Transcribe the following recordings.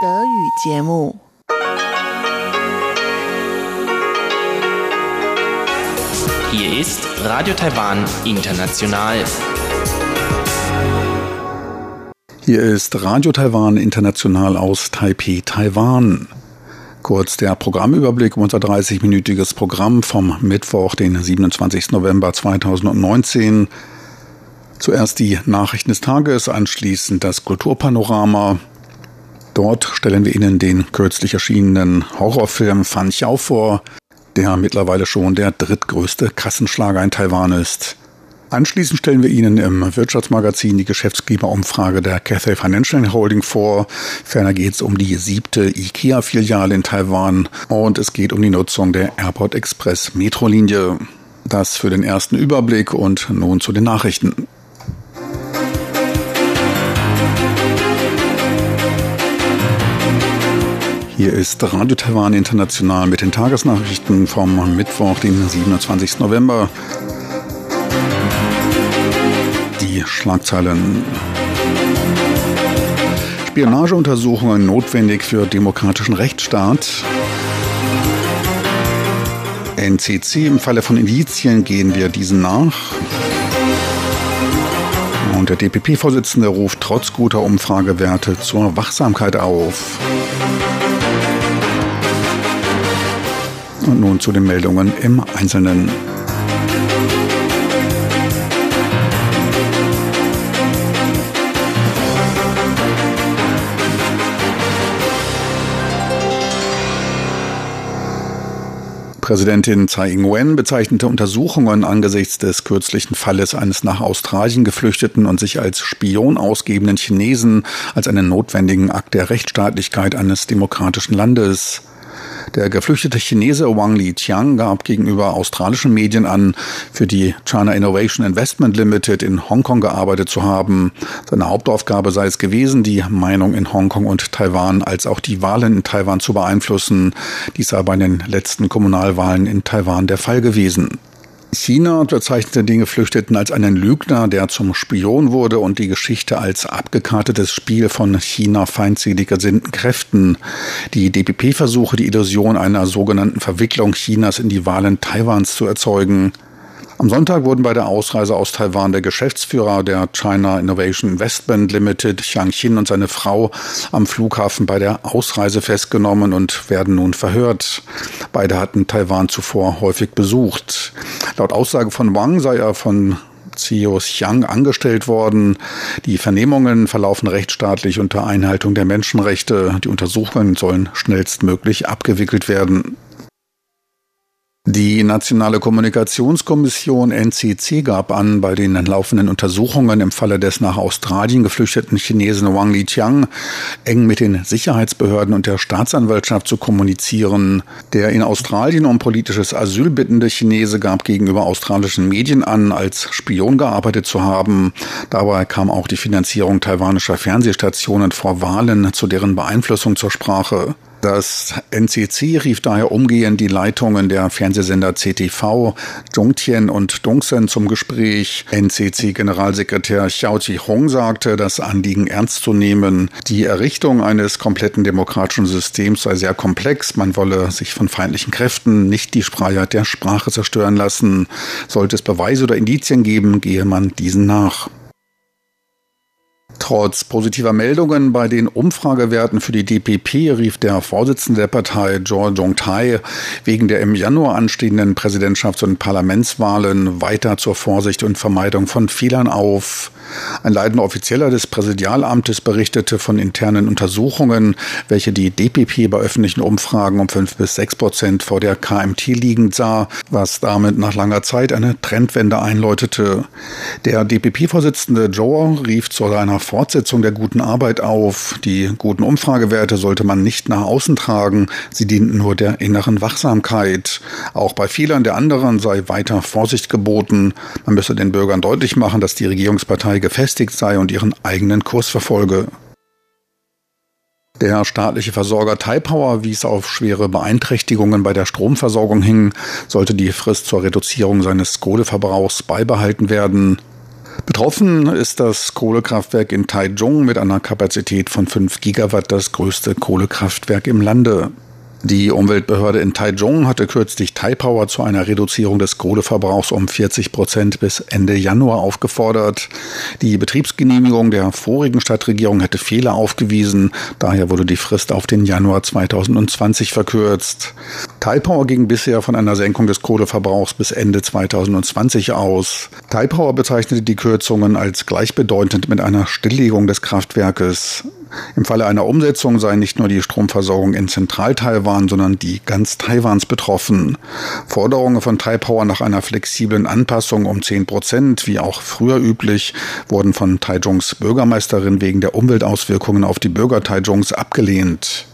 Hier ist Radio Taiwan International. Hier ist Radio Taiwan International aus Taipei, Taiwan. Kurz der Programmüberblick, unser 30-minütiges Programm vom Mittwoch, den 27. November 2019. Zuerst die Nachrichten des Tages, anschließend das Kulturpanorama. Dort stellen wir Ihnen den kürzlich erschienenen Horrorfilm Fan Xiao vor, der mittlerweile schon der drittgrößte Kassenschlager in Taiwan ist. Anschließend stellen wir Ihnen im Wirtschaftsmagazin die Geschäftsklimaumfrage der Cathay Financial Holding vor. Ferner geht es um die 7. IKEA-Filiale in Taiwan und es geht um die Nutzung der Airport Express Metrolinie. Das für den ersten Überblick und nun zu den Nachrichten. Hier ist Radio Taiwan International mit den Tagesnachrichten vom Mittwoch, den 27. November. Die Schlagzeilen. Spionageuntersuchungen notwendig für demokratischen Rechtsstaat. NCC, im Falle von Indizien gehen wir diesen nach. Und der DPP-Vorsitzende ruft trotz guter Umfragewerte zur Wachsamkeit auf. Und nun zu den Meldungen im Einzelnen. Präsidentin Tsai Ing-wen bezeichnete Untersuchungen angesichts des kürzlichen Falles eines nach Australien geflüchteten und sich als Spion ausgebenden Chinesen als einen notwendigen Akt der Rechtsstaatlichkeit eines demokratischen Landes. Der geflüchtete Chinese Wang Liqiang gab gegenüber australischen Medien an, für die China Innovation Investment Limited in Hongkong gearbeitet zu haben. Seine Hauptaufgabe sei es gewesen, die Meinung in Hongkong und Taiwan als auch die Wahlen in Taiwan zu beeinflussen. Dies sei bei den letzten Kommunalwahlen in Taiwan der Fall gewesen. China bezeichnete den Geflüchteten als einen Lügner, der zum Spion wurde und die Geschichte als abgekartetes Spiel von China feindselig gesinnten Kräften. Die DPP versuche, die einer sogenannten Verwicklung Chinas in die Wahlen Taiwans zu erzeugen. Am Sonntag wurden bei der Ausreise aus Taiwan der Geschäftsführer der China Innovation Investment Limited, Jiang Xin, und seine Frau am Flughafen bei der Ausreise festgenommen und werden nun verhört. Beide hatten Taiwan zuvor häufig besucht. Laut Aussage von Wang sei er von CEO Xiang angestellt worden. Die Vernehmungen verlaufen rechtsstaatlich unter Einhaltung der Menschenrechte. Die Untersuchungen sollen schnellstmöglich abgewickelt werden. Die Nationale Kommunikationskommission NCC gab an, bei den laufenden Untersuchungen im Falle des nach Australien geflüchteten Chinesen Wang Liqiang eng mit den Sicherheitsbehörden und der Staatsanwaltschaft zu kommunizieren. Der in Australien um politisches Asyl bittende Chinese gab gegenüber australischen Medien an, als Spion gearbeitet zu haben. Dabei kam auch die Finanzierung taiwanischer Fernsehstationen vor Wahlen zu deren Beeinflussung zur Sprache. Das NCC rief daher umgehend die Leitungen der Fernsehsender CTV, Zhongtian und Dongsen zum Gespräch. NCC-Generalsekretär Xiao Zhihong sagte, das Anliegen ernst zu nehmen. Die Errichtung eines kompletten demokratischen Systems sei sehr komplex. Man wolle sich von feindlichen Kräften nicht die Freiheit der Sprache zerstören lassen. Sollte es Beweise oder Indizien geben, gehe man diesen nach. Trotz positiver Meldungen bei den Umfragewerten für die DPP rief der Vorsitzende der Partei, Zhou Zhongtai, wegen der im Januar anstehenden Präsidentschafts- und Parlamentswahlen weiter zur Vorsicht und Vermeidung von Fehlern auf. Ein leitender Offizieller des Präsidialamtes berichtete von internen Untersuchungen, welche die DPP bei öffentlichen Umfragen um 5-6% vor der KMT liegend sah, was damit nach langer Zeit eine Trendwende einläutete. Der DPP-Vorsitzende Zhou rief zu einer Fortsetzung der guten Arbeit auf. Die guten Umfragewerte sollte man nicht nach außen tragen, sie dienten nur der inneren Wachsamkeit. Auch bei Fehlern der anderen sei weiter Vorsicht geboten. Man müsse den Bürgern deutlich machen, dass die Regierungspartei gefestigt sei und ihren eigenen Kurs verfolge. Der staatliche Versorger Taipower wies auf schwere Beeinträchtigungen bei der Stromversorgung hin, sollte die Frist zur Reduzierung seines Kohleverbrauchs beibehalten werden. Betroffen ist das Kohlekraftwerk in Taichung mit einer Kapazität von 5 Gigawatt, das größte Kohlekraftwerk im Lande. Die Umweltbehörde in Taichung hatte kürzlich Taipower zu einer Reduzierung des Kohleverbrauchs um 40% bis Ende Januar aufgefordert. Die Betriebsgenehmigung der vorigen Stadtregierung hätte Fehler aufgewiesen. Daher wurde die Frist auf den Januar 2020 verkürzt. Taipower ging bisher von einer Senkung des Kohleverbrauchs bis Ende 2020 aus. Taipower bezeichnete die Kürzungen als gleichbedeutend mit einer Stilllegung des Kraftwerkes. Im Falle einer Umsetzung sei nicht nur die Stromversorgung in Zentral-Taiwan, sondern die ganz Taiwans betroffen. Forderungen von Taipower nach einer flexiblen Anpassung um 10%, wie auch früher üblich, wurden von Taichungs Bürgermeisterin wegen der Umweltauswirkungen auf die Bürger Taichungs abgelehnt.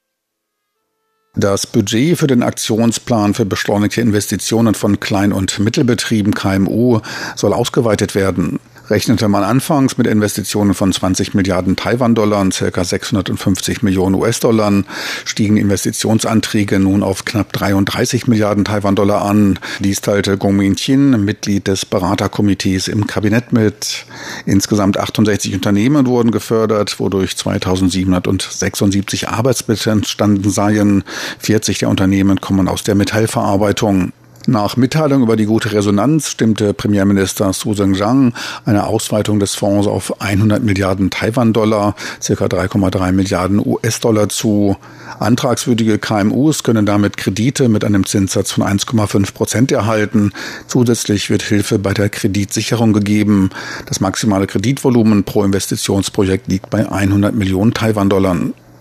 Das Budget für den Aktionsplan für beschleunigte Investitionen von Klein- und Mittelbetrieben KMU soll ausgeweitet werden. Rechnete man anfangs mit Investitionen von 20 Milliarden Taiwan-Dollar, ca. 650 Millionen US-Dollar, stiegen Investitionsanträge nun auf knapp 33 Milliarden Taiwan-Dollar an. Dies teilte Gong Min-Chin, Mitglied des Beraterkomitees im Kabinett mit. Insgesamt 68 Unternehmen wurden gefördert, wodurch 2776 Arbeitsplätze entstanden seien. 40 der Unternehmen kommen aus der Metallverarbeitung. Nach Mitteilung über die gute Resonanz stimmte Premierminister Su Tseng-Chang eine Ausweitung des Fonds auf 100 Milliarden Taiwan-Dollar, ca. 3,3 Milliarden US-Dollar zu. Antragswürdige KMUs können damit Kredite mit einem Zinssatz von 1,5% erhalten. Zusätzlich wird Hilfe bei der Kreditsicherung gegeben. Das maximale Kreditvolumen pro Investitionsprojekt liegt bei 100 Millionen Taiwan-Dollar.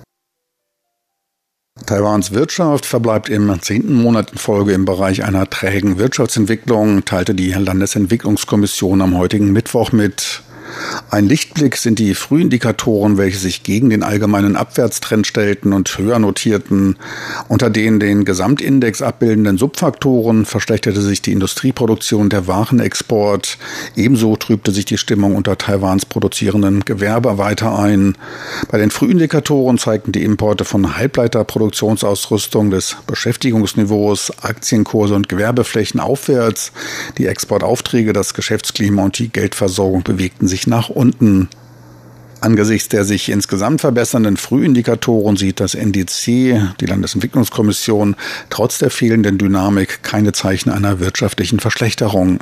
Taiwans Wirtschaft verbleibt im 10. Monat in Folge im Bereich einer trägen Wirtschaftsentwicklung, teilte die Landesentwicklungskommission am heutigen Mittwoch mit. Ein Lichtblick sind die Frühindikatoren, welche sich gegen den allgemeinen Abwärtstrend stellten und höher notierten. Unter den Gesamtindex abbildenden Subfaktoren verschlechterte sich die Industrieproduktion und der Warenexport. Ebenso trübte sich die Stimmung unter Taiwans produzierenden Gewerbe weiter ein. Bei den Frühindikatoren zeigten die Importe von Halbleiterproduktionsausrüstung, des Beschäftigungsniveaus, Aktienkurse und Gewerbeflächen aufwärts. Die Exportaufträge, das Geschäftsklima und die Geldversorgung bewegten sich nach unten. Angesichts der sich insgesamt verbessernden Frühindikatoren sieht das NDC, die Landesentwicklungskommission, trotz der fehlenden Dynamik keine Zeichen einer wirtschaftlichen Verschlechterung.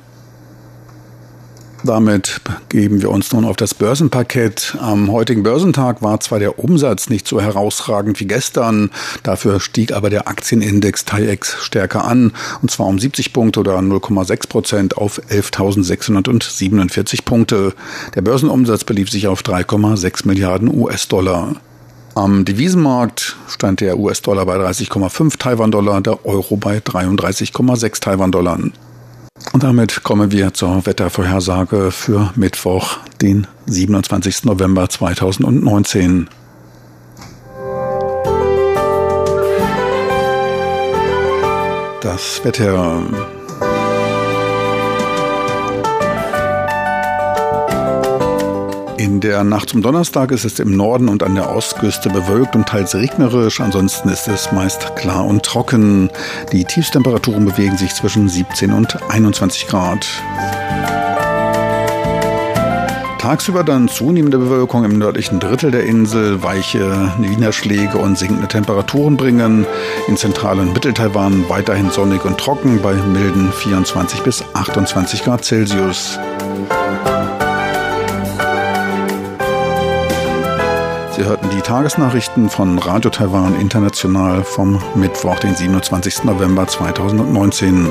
Damit begeben wir uns nun auf das Börsenparkett. Am heutigen Börsentag war zwar der Umsatz nicht so herausragend wie gestern, dafür stieg aber der Aktienindex TAIEX stärker an, und zwar um 70 Punkte oder 0,6% auf 11.647 Punkte. Der Börsenumsatz belief sich auf 3,6 Milliarden US-Dollar. Am Devisenmarkt stand der US-Dollar bei 30,5 Taiwan-Dollar, der Euro bei 33,6 Taiwan-Dollar. Und damit kommen wir zur Wettervorhersage für Mittwoch, den 27. November 2019. Das Wetter. In der Nacht zum Donnerstag ist es im Norden und an der Ostküste bewölkt und teils regnerisch. Ansonsten ist es meist klar und trocken. Die Tiefstemperaturen bewegen sich zwischen 17 und 21 Grad. Tagsüber dann zunehmende Bewölkung im nördlichen Drittel der Insel, weiche Niederschläge und sinkende Temperaturen bringen. In Zentral- und Mittel-Taiwan weiterhin sonnig und trocken bei milden 24 bis 28 Grad Celsius. Sie hörten die Tagesnachrichten von Radio Taiwan International vom Mittwoch, den 27. November 2019.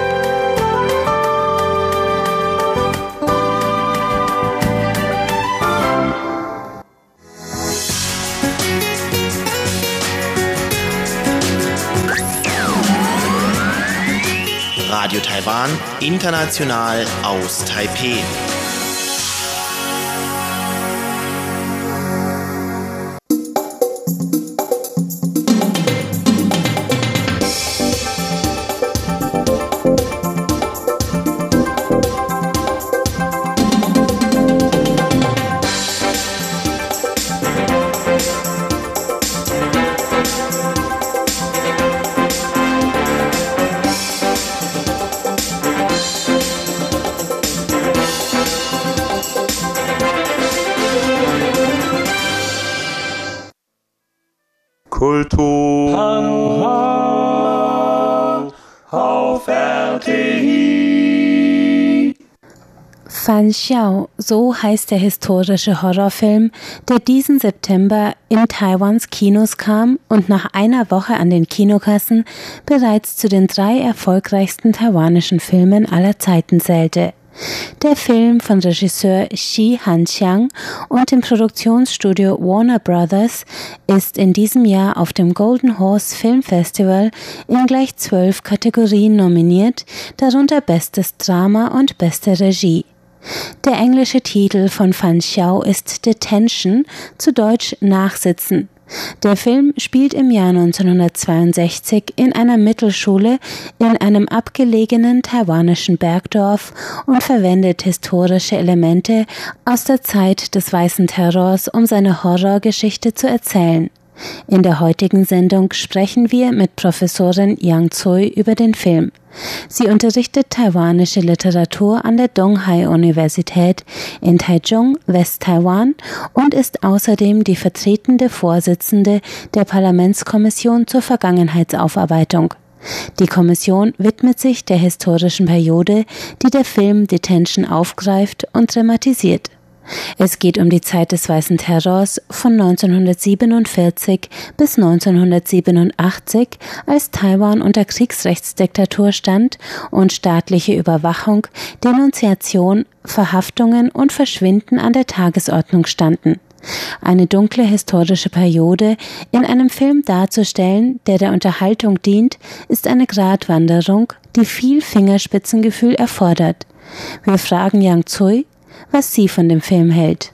Radio Taiwan International aus Taipeh. Kultur auf RTI. Fan Xiao, so heißt der historische Horrorfilm, der diesen September in Taiwans Kinos kam und nach einer Woche an den Kinokassen bereits zu den 3 erfolgreichsten taiwanischen Filmen aller Zeiten zählte. Der Film von Regisseur Xi Hanqiang und dem Produktionsstudio Warner Brothers ist in diesem Jahr auf dem Golden Horse Film Festival in gleich 12 Kategorien nominiert, darunter Bestes Drama und Beste Regie. Der englische Titel von Fan Xiao ist Detention, zu Deutsch Nachsitzen. Der Film spielt im Jahr 1962 in einer Mittelschule in einem abgelegenen taiwanischen Bergdorf und verwendet historische Elemente aus der Zeit des Weißen Terrors, um seine Horrorgeschichte zu erzählen. In der heutigen Sendung sprechen wir mit Professorin Yang Tsui über den Film. Sie unterrichtet taiwanische Literatur an der Donghai-Universität in Taichung, West-Taiwan und ist außerdem die vertretende Vorsitzende der Parlamentskommission zur Vergangenheitsaufarbeitung. Die Kommission widmet sich der historischen Periode, die der Film Detention aufgreift und thematisiert. Es geht um die Zeit des Weißen Terrors von 1947 bis 1987, als Taiwan unter Kriegsrechtsdiktatur stand und staatliche Überwachung, Denunziation, Verhaftungen und Verschwinden an der Tagesordnung standen. Eine dunkle historische Periode in einem Film darzustellen, der Unterhaltung dient, ist eine Gratwanderung, die viel Fingerspitzengefühl erfordert. Wir fragen Yang Tsui, was sie von dem Film hält.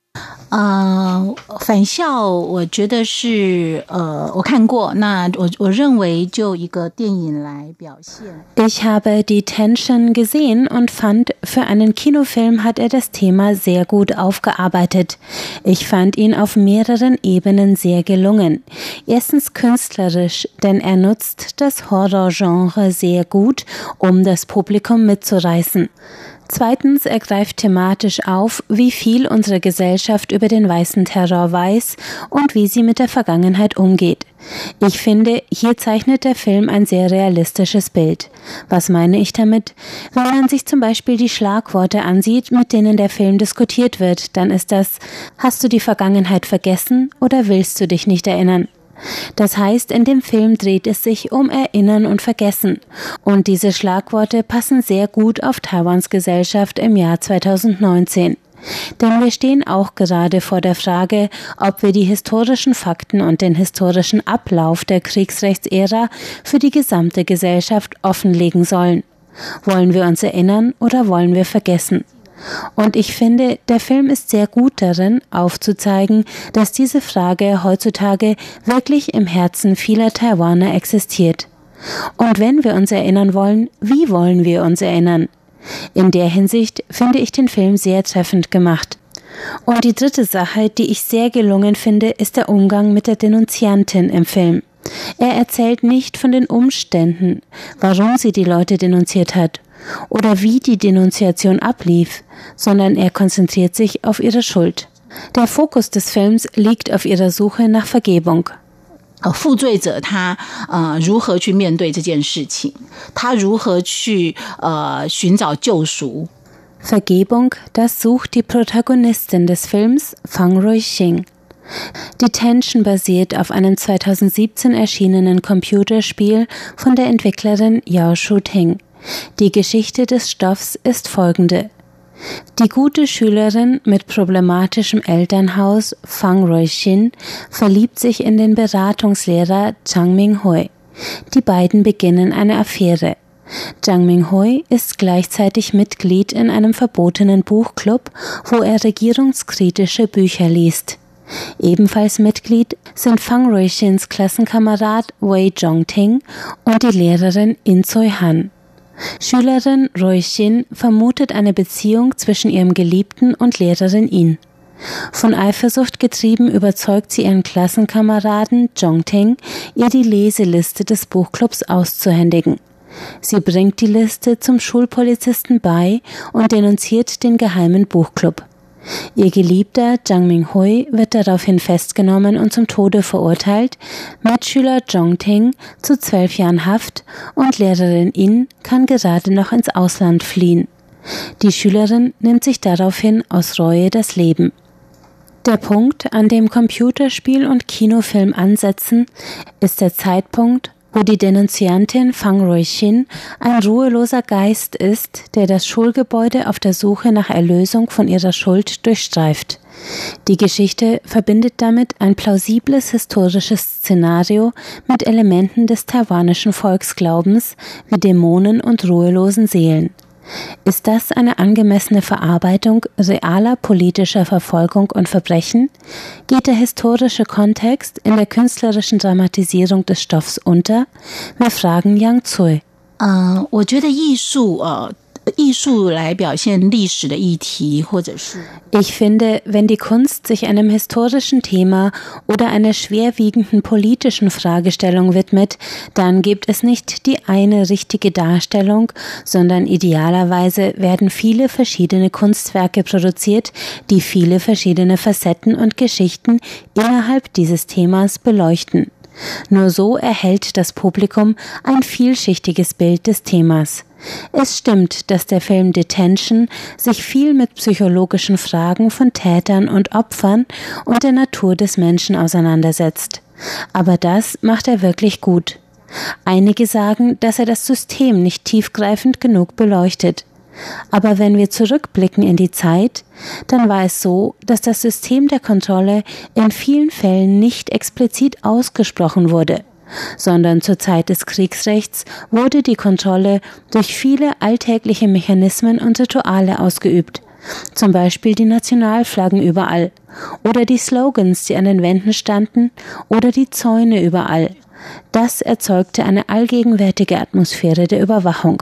返校我觉得是我看过，那我认为就一个电影来表现。 Ich habe Detention gesehen und fand, für einen Kinofilm hat er das Thema sehr gut aufgearbeitet. Ich fand ihn auf mehreren Ebenen sehr gelungen. Erstens künstlerisch, denn er nutzt das Horrorgenre sehr gut, um das Publikum mitzureißen. Zweitens, er greift thematisch auf, wie viel unsere Gesellschaft über den Weißen Terror weiß und wie sie mit der Vergangenheit umgeht. Ich finde, hier zeichnet der Film ein sehr realistisches Bild. Was meine ich damit? Wenn man sich zum Beispiel die Schlagworte ansieht, mit denen der Film diskutiert wird, dann ist das: Hast du die Vergangenheit vergessen oder willst du dich nicht erinnern? Das heißt, in dem Film dreht es sich um Erinnern und Vergessen. Und diese Schlagworte passen sehr gut auf Taiwans Gesellschaft im Jahr 2019. Denn wir stehen auch gerade vor der Frage, ob wir die historischen Fakten und den historischen Ablauf der Kriegsrechtsära für die gesamte Gesellschaft offenlegen sollen. Wollen wir uns erinnern oder wollen wir vergessen? Und ich finde, der Film ist sehr gut darin, aufzuzeigen, dass diese Frage heutzutage wirklich im Herzen vieler Taiwaner existiert. Und wenn wir uns erinnern wollen, wie wollen wir uns erinnern? In der Hinsicht finde ich den Film sehr treffend gemacht. Und die dritte Sache, die ich sehr gelungen finde, ist der Umgang mit der Denunziantin im Film. Er erzählt nicht von den Umständen, warum sie die Leute denunziert hat oder wie die Denunziation ablief, sondern er konzentriert sich auf ihre Schuld. Der Fokus des Films liegt auf ihrer Suche nach Vergebung. 负罪者他如何去面对这件事情，他如何去寻找救赎。 Vergebung, das sucht die Protagonistin des Films, Fang Ruixing. Detention basiert auf einem 2017 erschienenen Computerspiel von der Entwicklerin Yao Shu-ting. Die Geschichte des Stoffs ist folgende. Die gute Schülerin mit problematischem Elternhaus, Fang Ruixin, verliebt sich in den Beratungslehrer Zhang Minghui. Die beiden beginnen eine Affäre. Zhang Minghui ist gleichzeitig Mitglied in einem verbotenen Buchclub, wo er regierungskritische Bücher liest. Ebenfalls Mitglied sind Fang Ruixins Klassenkamerad Wei Zhongting und die Lehrerin In Tsui Han. Schülerin Ruixin vermutet eine Beziehung zwischen ihrem Geliebten und Lehrerin In. Von Eifersucht getrieben überzeugt sie ihren Klassenkameraden Zhongting, ihr die Leseliste des Buchclubs auszuhändigen. Sie bringt die Liste zum Schulpolizisten bei und denunziert den geheimen Buchclub. Ihr Geliebter Jang Ming-hui wird daraufhin festgenommen und zum Tode verurteilt, Mitschüler Jong Ting zu 12 Jahren Haft und Lehrerin In kann gerade noch ins Ausland fliehen. Die Schülerin nimmt sich daraufhin aus Reue das Leben. Der Punkt, an dem Computerspiel und Kinofilm ansetzen, ist der Zeitpunkt, wo die Denunziantin Fang Ruixin ein ruheloser Geist ist, der das Schulgebäude auf der Suche nach Erlösung von ihrer Schuld durchstreift. Die Geschichte verbindet damit ein plausibles historisches Szenario mit Elementen des taiwanischen Volksglaubens wie Dämonen und ruhelosen Seelen. Ist das eine angemessene Verarbeitung realer politischer Verfolgung und Verbrechen? Geht der historische Kontext in der künstlerischen Dramatisierung des Stoffs unter? Wir fragen Yang Cui. 我觉得艺术来表现历史的议题，或者是 Ich finde, wenn die Kunst sich einem historischen Thema oder einer schwerwiegenden politischen Fragestellung widmet, dann gibt es nicht die eine richtige Darstellung, sondern idealerweise werden viele verschiedene Kunstwerke produziert, die viele verschiedene Facetten und Geschichten innerhalb dieses Themas beleuchten. Nur so erhält das Publikum ein vielschichtiges Bild des Themas. Es stimmt, dass der Film Detention sich viel mit psychologischen Fragen von Tätern und Opfern und der Natur des Menschen auseinandersetzt. Aber das macht er wirklich gut. Einige sagen, dass er das System nicht tiefgreifend genug beleuchtet. Aber wenn wir zurückblicken in die Zeit, dann war es so, dass das System der Kontrolle in vielen Fällen nicht explizit ausgesprochen wurde, sondern zur Zeit des Kriegsrechts wurde die Kontrolle durch viele alltägliche Mechanismen und Rituale ausgeübt, zum Beispiel die Nationalflaggen überall oder die Slogans, die an den Wänden standen oder die Zäune überall. Das erzeugte eine allgegenwärtige Atmosphäre der Überwachung.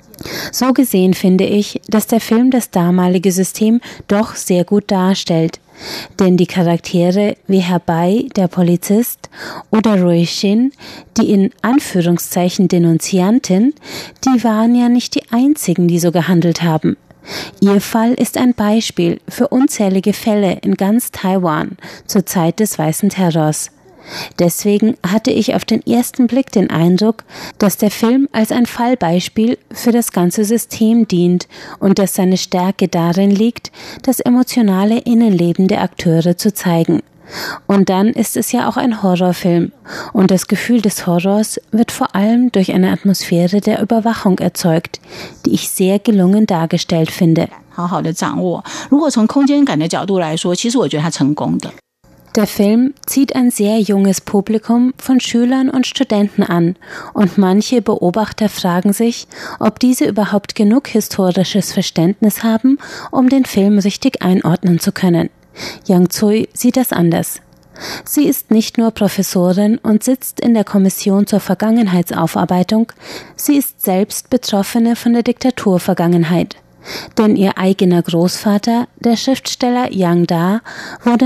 So gesehen finde ich, dass der Film das damalige System doch sehr gut darstellt. Denn die Charaktere wie Herr Bai, der Polizist, oder Ruixin, die in Anführungszeichen Denunziantin, die waren ja nicht die einzigen, die so gehandelt haben. Ihr Fall ist ein Beispiel für unzählige Fälle in ganz Taiwan zur Zeit des Weißen Terrors. Deswegen hatte ich auf den ersten Blick den Eindruck, dass der Film als ein Fallbeispiel für das ganze System dient und dass seine Stärke darin liegt, das emotionale Innenleben der Akteure zu zeigen. Und dann ist es ja auch ein Horrorfilm und das Gefühl des Horrors wird vor allem durch eine Atmosphäre der Überwachung erzeugt, die ich sehr gelungen dargestellt finde. 好好的掌握。如果从空间感的角度来说，其实我觉得它成功的。 Der Film zieht ein sehr junges Publikum von Schülern und Studenten an und manche Beobachter fragen sich, ob diese überhaupt genug historisches Verständnis haben, um den Film richtig einordnen zu können. Yang Cui sieht das anders. Sie ist nicht nur Professorin und sitzt in der Kommission zur Vergangenheitsaufarbeitung, sie ist selbst Betroffene von der Diktaturvergangenheit. Denn ihr eigener Großvater, der Schriftsteller Yang Da, wurde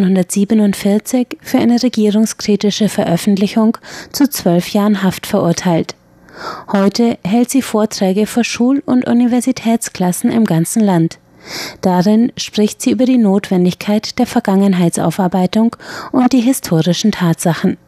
1947 für eine regierungskritische Veröffentlichung zu 12 Jahren Haft verurteilt. Heute hält sie Vorträge vor Schul- und Universitätsklassen im ganzen Land. Darin spricht sie über die Notwendigkeit der Vergangenheitsaufarbeitung und die historischen Tatsachen.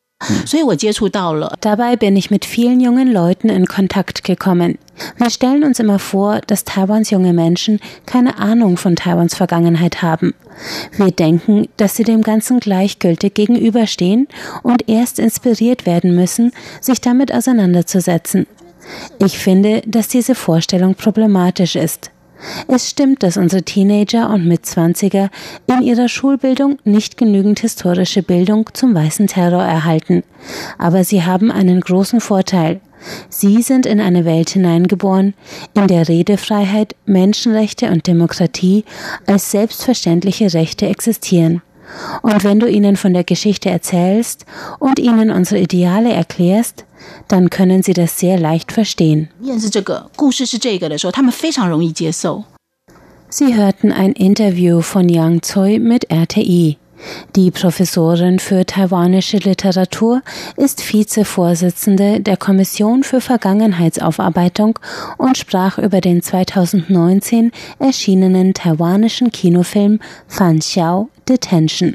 Dabei bin ich mit vielen jungen Leuten in Kontakt gekommen. Wir stellen uns immer vor, dass Taiwans junge Menschen keine Ahnung von Taiwans Vergangenheit haben. Wir denken, dass sie dem Ganzen gleichgültig gegenüberstehen und erst inspiriert werden müssen, sich damit auseinanderzusetzen. Ich finde, dass diese Vorstellung problematisch ist. Es stimmt, dass unsere Teenager und Mitzwanziger in ihrer Schulbildung nicht genügend historische Bildung zum Weißen Terror erhalten. Aber sie haben einen großen Vorteil. Sie sind in eine Welt hineingeboren, in der Redefreiheit, Menschenrechte und Demokratie als selbstverständliche Rechte existieren. Und wenn du ihnen von der Geschichte erzählst und ihnen unsere Ideale erklärst, dann können sie das sehr leicht verstehen. Sie hörten ein Interview von Yang Cui mit RTI. Die Professorin für taiwanische Literatur ist Vizevorsitzende der Kommission für Vergangenheitsaufarbeitung und sprach über den 2019 erschienenen taiwanischen Kinofilm Fan Xiao Detention.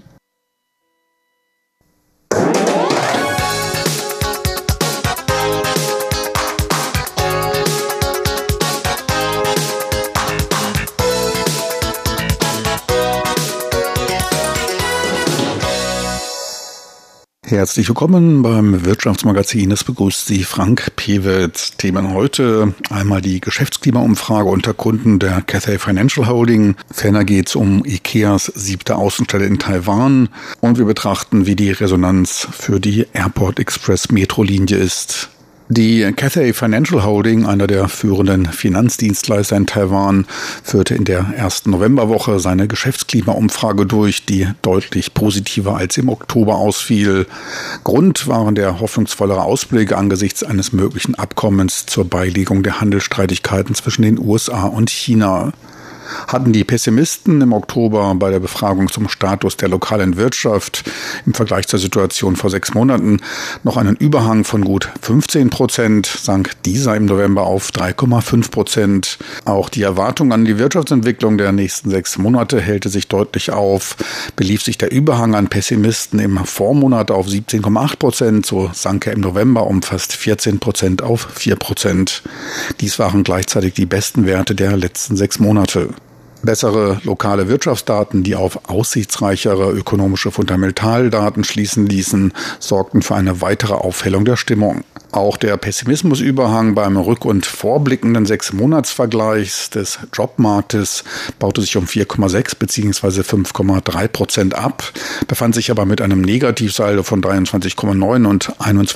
Herzlich willkommen beim Wirtschaftsmagazin. Es begrüßt Sie Frank Pewitz. Themen heute einmal die Geschäftsklimaumfrage unter Kunden der Cathay Financial Holding. Ferner geht es um Ikeas 7. Außenstelle in Taiwan. Und wir betrachten, wie die Resonanz für die Airport Express Metrolinie ist. Die Cathay Financial Holding, einer der führenden Finanzdienstleister in Taiwan, führte in der ersten Novemberwoche seine Geschäftsklimaumfrage durch, die deutlich positiver als im Oktober ausfiel. Grund waren der hoffnungsvollere Ausblick angesichts eines möglichen Abkommens zur Beilegung der Handelsstreitigkeiten zwischen den USA und China. Hatten die Pessimisten im Oktober bei der Befragung zum Status der lokalen Wirtschaft im Vergleich zur Situation vor 6 Monaten noch einen Überhang von gut 15%, sank dieser im November auf 3,5%. Auch die Erwartung an die Wirtschaftsentwicklung der nächsten 6 Monate hellte sich deutlich auf. Belief sich der Überhang an Pessimisten im Vormonat auf 17,8%, so sank er im November um fast 14% auf 4%. Dies waren gleichzeitig die besten Werte der letzten 6 Monate. Bessere lokale Wirtschaftsdaten, die auf aussichtsreichere ökonomische Fundamentaldaten schließen ließen, sorgten für eine weitere Aufhellung der Stimmung. Auch der Pessimismusüberhang beim rück- und vorblickenden 6-Monats-Vergleichs des Jobmarktes baute sich um 4,6 bzw. 5,3% ab, befand sich aber mit einem Negativsaldo von 23,9 und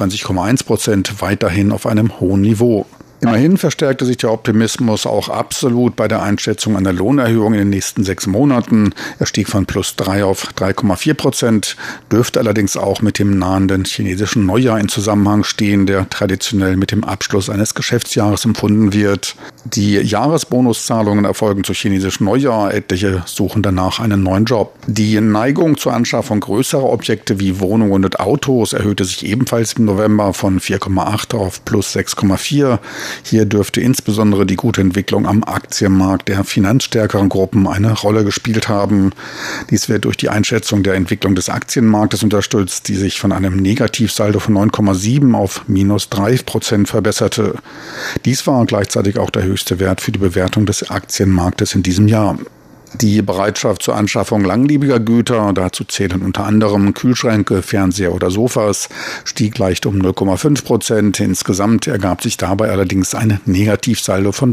21,1% weiterhin auf einem hohen Niveau. Immerhin verstärkte sich der Optimismus auch absolut bei der Einschätzung einer Lohnerhöhung in den nächsten 6 Monaten. Er stieg von +3 auf 3,4%, dürfte allerdings auch mit dem nahenden chinesischen Neujahr in Zusammenhang stehen, der traditionell mit dem Abschluss eines Geschäftsjahres empfunden wird. Die Jahresbonuszahlungen erfolgen zu chinesischen Neujahr, etliche suchen danach einen neuen Job. Die Neigung zur Anschaffung größerer Objekte wie Wohnungen und Autos erhöhte sich ebenfalls im November von 4,8 auf +6,4. Hier dürfte insbesondere die gute Entwicklung am Aktienmarkt der finanzstärkeren Gruppen eine Rolle gespielt haben. Dies wird durch die Einschätzung der Entwicklung des Aktienmarktes unterstützt, die sich von einem Negativsaldo von 9,7 auf -3% verbesserte. Dies war gleichzeitig auch der höchste Wert für die Bewertung des Aktienmarktes in diesem Jahr. Die Bereitschaft zur Anschaffung langlebiger Güter, dazu zählen unter anderem Kühlschränke, Fernseher oder Sofas, stieg leicht um 0,5%. Insgesamt ergab sich dabei allerdings ein Negativsaldo von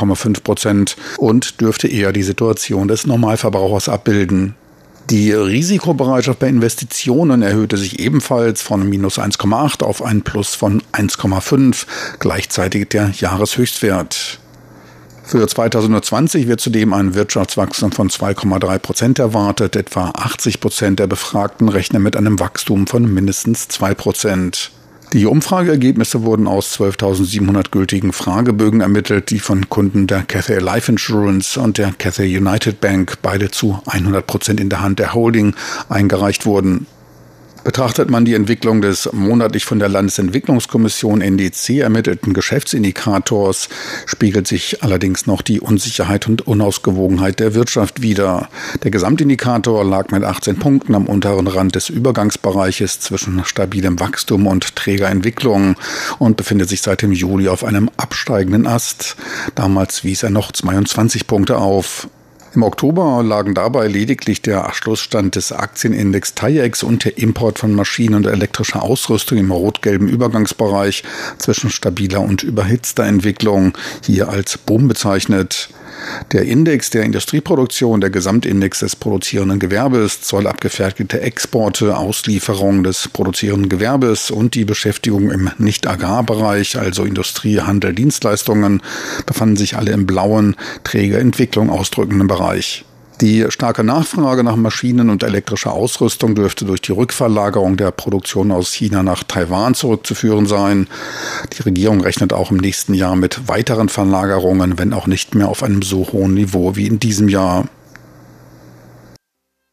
13,5% und dürfte eher die Situation des Normalverbrauchers abbilden. Die Risikobereitschaft bei Investitionen erhöhte sich ebenfalls von -1,8 auf ein Plus von 1,5, gleichzeitig der Jahreshöchstwert. Für 2020 wird zudem ein Wirtschaftswachstum von 2,3% erwartet. Etwa 80% der Befragten rechnen mit einem Wachstum von mindestens 2%. Die Umfrageergebnisse wurden aus 12.700 gültigen Fragebögen ermittelt, die von Kunden der Cathay Life Insurance und der Cathay United Bank, beide zu 100% in der Hand der Holding, eingereicht wurden. Betrachtet man die Entwicklung des monatlich von der Landesentwicklungskommission NDC ermittelten Geschäftsindikators, spiegelt sich allerdings noch die Unsicherheit und Unausgewogenheit der Wirtschaft wider. Der Gesamtindikator lag mit 18 Punkten am unteren Rand des Übergangsbereiches zwischen stabilem Wachstum und träger Entwicklung und befindet sich seit dem Juli auf einem absteigenden Ast. Damals wies er noch 22 Punkte auf. Im Oktober lagen dabei lediglich der Abschlussstand des Aktienindex TAIEX und der Import von Maschinen und elektrischer Ausrüstung im rot-gelben Übergangsbereich zwischen stabiler und überhitzter Entwicklung, hier als Boom bezeichnet. Der Index der Industrieproduktion, der Gesamtindex des produzierenden Gewerbes, zollabgefertigte Exporte, Auslieferung des produzierenden Gewerbes und die Beschäftigung im Nicht-Agrarbereich, also Industrie, Handel, Dienstleistungen, befanden sich alle im blauen, träge Entwicklung ausdrückenden Bereich. Die starke Nachfrage nach Maschinen und elektrischer Ausrüstung dürfte durch die Rückverlagerung der Produktion aus China nach Taiwan zurückzuführen sein. Die Regierung rechnet auch im nächsten Jahr mit weiteren Verlagerungen, wenn auch nicht mehr auf einem so hohen Niveau wie in diesem Jahr.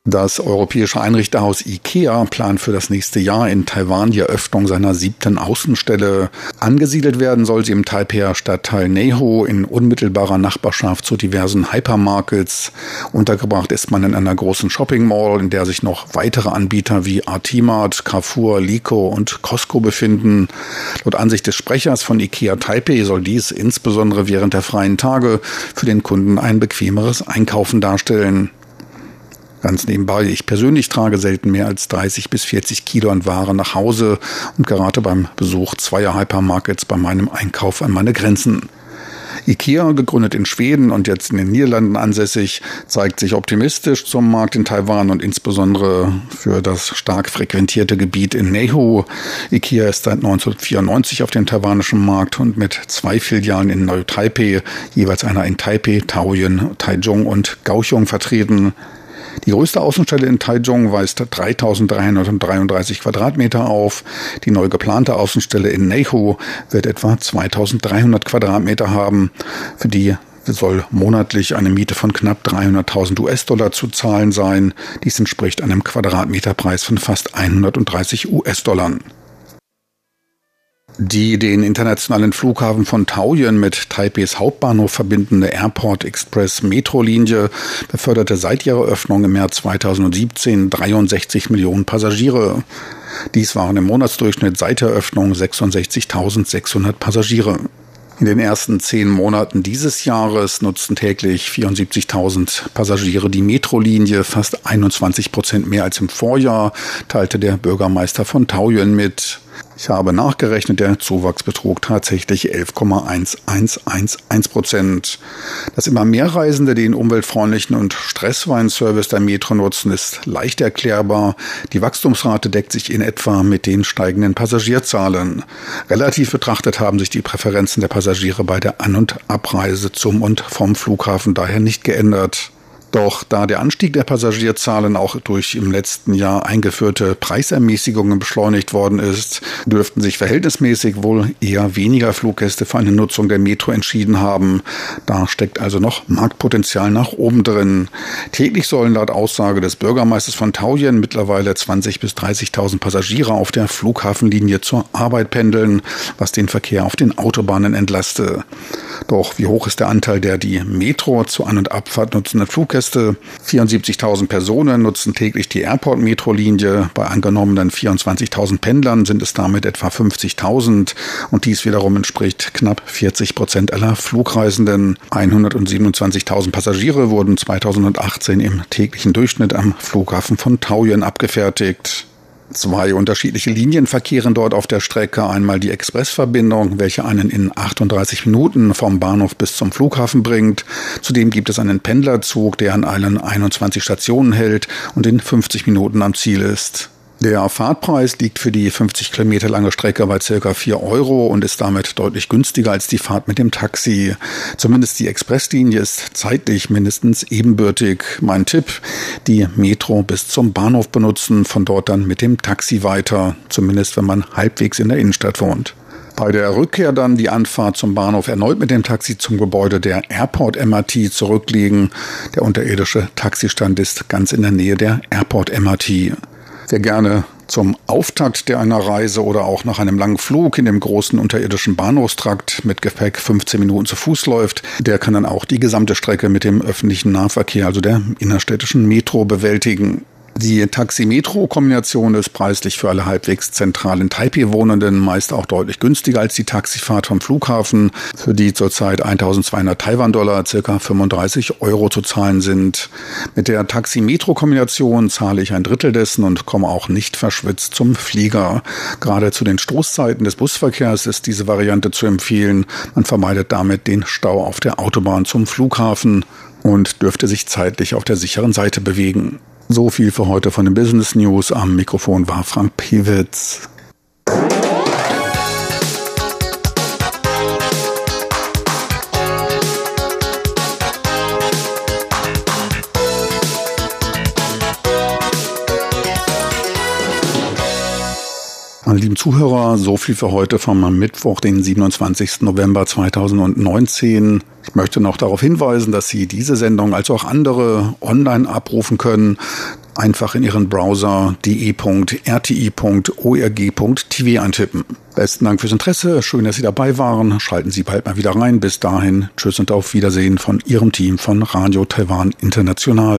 Das europäische Einrichterhaus IKEA plant für das nächste Jahr in Taiwan die Eröffnung seiner 7. Außenstelle. Angesiedelt werden soll sie im Taipeier Stadtteil Neihu in unmittelbarer Nachbarschaft zu diversen Hypermarkets. Untergebracht ist man in einer großen Shopping Mall, in der sich noch weitere Anbieter wie Artimart, Carrefour, Lico und Costco befinden. Laut Ansicht des Sprechers von IKEA Taipei soll dies insbesondere während der freien Tage für den Kunden ein bequemeres Einkaufen darstellen. Ganz nebenbei, ich persönlich trage selten mehr als 30 bis 40 Kilo an Ware nach Hause und gerate beim Besuch zweier Hypermarkets bei meinem Einkauf an meine Grenzen. IKEA, gegründet in Schweden und jetzt in den Niederlanden ansässig, zeigt sich optimistisch zum Markt in Taiwan und insbesondere für das stark frequentierte Gebiet in Neihu. IKEA ist seit 1994 auf dem taiwanischen Markt und mit 2 Filialen in Neu-Taipei, jeweils einer in Taipei, Taoyuan, Taichung und Kaohsiung vertreten. Die größte Außenstelle in Taichung weist 3.333 Quadratmeter auf. Die neu geplante Außenstelle in Neihu wird etwa 2.300 Quadratmeter haben. Für die soll monatlich eine Miete von knapp 300.000 US-Dollar zu zahlen sein. Dies entspricht einem Quadratmeterpreis von fast 130 US-Dollar. Die den internationalen Flughafen von Taoyuan mit Taipeis Hauptbahnhof verbindende Airport Express Metrolinie beförderte seit ihrer Eröffnung im Jahr 2017 63 Millionen Passagiere. Dies waren im Monatsdurchschnitt seit der Eröffnung 66.600 Passagiere. In den ersten 10 Monaten dieses Jahres nutzten täglich 74.000 Passagiere die Metrolinie, fast 21% mehr als im Vorjahr, teilte der Bürgermeister von Taoyuan mit. Ich habe nachgerechnet, der Zuwachs betrug tatsächlich 11,111%. Dass immer mehr Reisende den umweltfreundlichen und stressfreien Service der Metro nutzen, ist leicht erklärbar. Die Wachstumsrate deckt sich in etwa mit den steigenden Passagierzahlen. Relativ betrachtet haben sich die Präferenzen der Passagiere bei der An- und Abreise zum und vom Flughafen daher nicht geändert. Doch da der Anstieg der Passagierzahlen auch durch im letzten Jahr eingeführte Preisermäßigungen beschleunigt worden ist, dürften sich verhältnismäßig wohl eher weniger Fluggäste für eine Nutzung der Metro entschieden haben. Da steckt also noch Marktpotenzial nach oben drin. Täglich sollen laut Aussage des Bürgermeisters von Taoyuan mittlerweile 20.000 bis 30.000 Passagiere auf der Flughafenlinie zur Arbeit pendeln, was den Verkehr auf den Autobahnen entlaste. Doch wie hoch ist der Anteil der die Metro zur An- und Abfahrt nutzenden Fluggäste? 74.000 Personen nutzen täglich die Airport-Metrolinie. Bei angenommenen 24.000 Pendlern sind es damit etwa 50.000. Und dies wiederum entspricht knapp 40% aller Flugreisenden. 127.000 Passagiere wurden 2018 im täglichen Durchschnitt am Flughafen von Taoyuan abgefertigt. 2 unterschiedliche Linien verkehren dort auf der Strecke. Einmal die Expressverbindung, welche einen in 38 Minuten vom Bahnhof bis zum Flughafen bringt. Zudem gibt es einen Pendlerzug, der an allen 21 Stationen hält und in 50 Minuten am Ziel ist. Der Fahrtpreis liegt für die 50 Kilometer lange Strecke bei ca. 4 Euro und ist damit deutlich günstiger als die Fahrt mit dem Taxi. Zumindest die Expresslinie ist zeitlich mindestens ebenbürtig. Mein Tipp, die Metro bis zum Bahnhof benutzen, von dort dann mit dem Taxi weiter, zumindest wenn man halbwegs in der Innenstadt wohnt. Bei der Rückkehr dann die Anfahrt zum Bahnhof erneut mit dem Taxi zum Gebäude der Airport MRT zurücklegen. Der unterirdische Taxistand ist ganz in der Nähe der Airport MRT. Wer gerne zum Auftakt einer Reise oder auch nach einem langen Flug in dem großen unterirdischen Bahnhofstrakt mit Gepäck 15 Minuten zu Fuß läuft, der kann dann auch die gesamte Strecke mit dem öffentlichen Nahverkehr, also der innerstädtischen Metro, bewältigen. Die Taxi-Metro-Kombination ist preislich für alle halbwegs zentral in Taipei Wohnenden meist auch deutlich günstiger als die Taxifahrt vom Flughafen, für die zurzeit 1.200 Taiwan-Dollar, ca. 35 Euro zu zahlen sind. Mit der Taxi-Metro-Kombination zahle ich ein Drittel dessen und komme auch nicht verschwitzt zum Flieger. Gerade zu den Stoßzeiten des Busverkehrs ist diese Variante zu empfehlen. Man vermeidet damit den Stau auf der Autobahn zum Flughafen und dürfte sich zeitlich auf der sicheren Seite bewegen. So viel für heute von den Business News. Am Mikrofon war Frank Pewitz. Meine lieben Zuhörer, so viel für heute vom Mittwoch, den 27. November 2019. Ich möchte noch darauf hinweisen, dass Sie diese Sendung als auch andere online abrufen können einfach in Ihren Browser de.rti.org.tv eintippen. Besten Dank fürs Interesse. Schön, dass Sie dabei waren. Schalten Sie bald mal wieder rein. Bis dahin. Tschüss und auf Wiedersehen von Ihrem Team von Radio Taiwan International.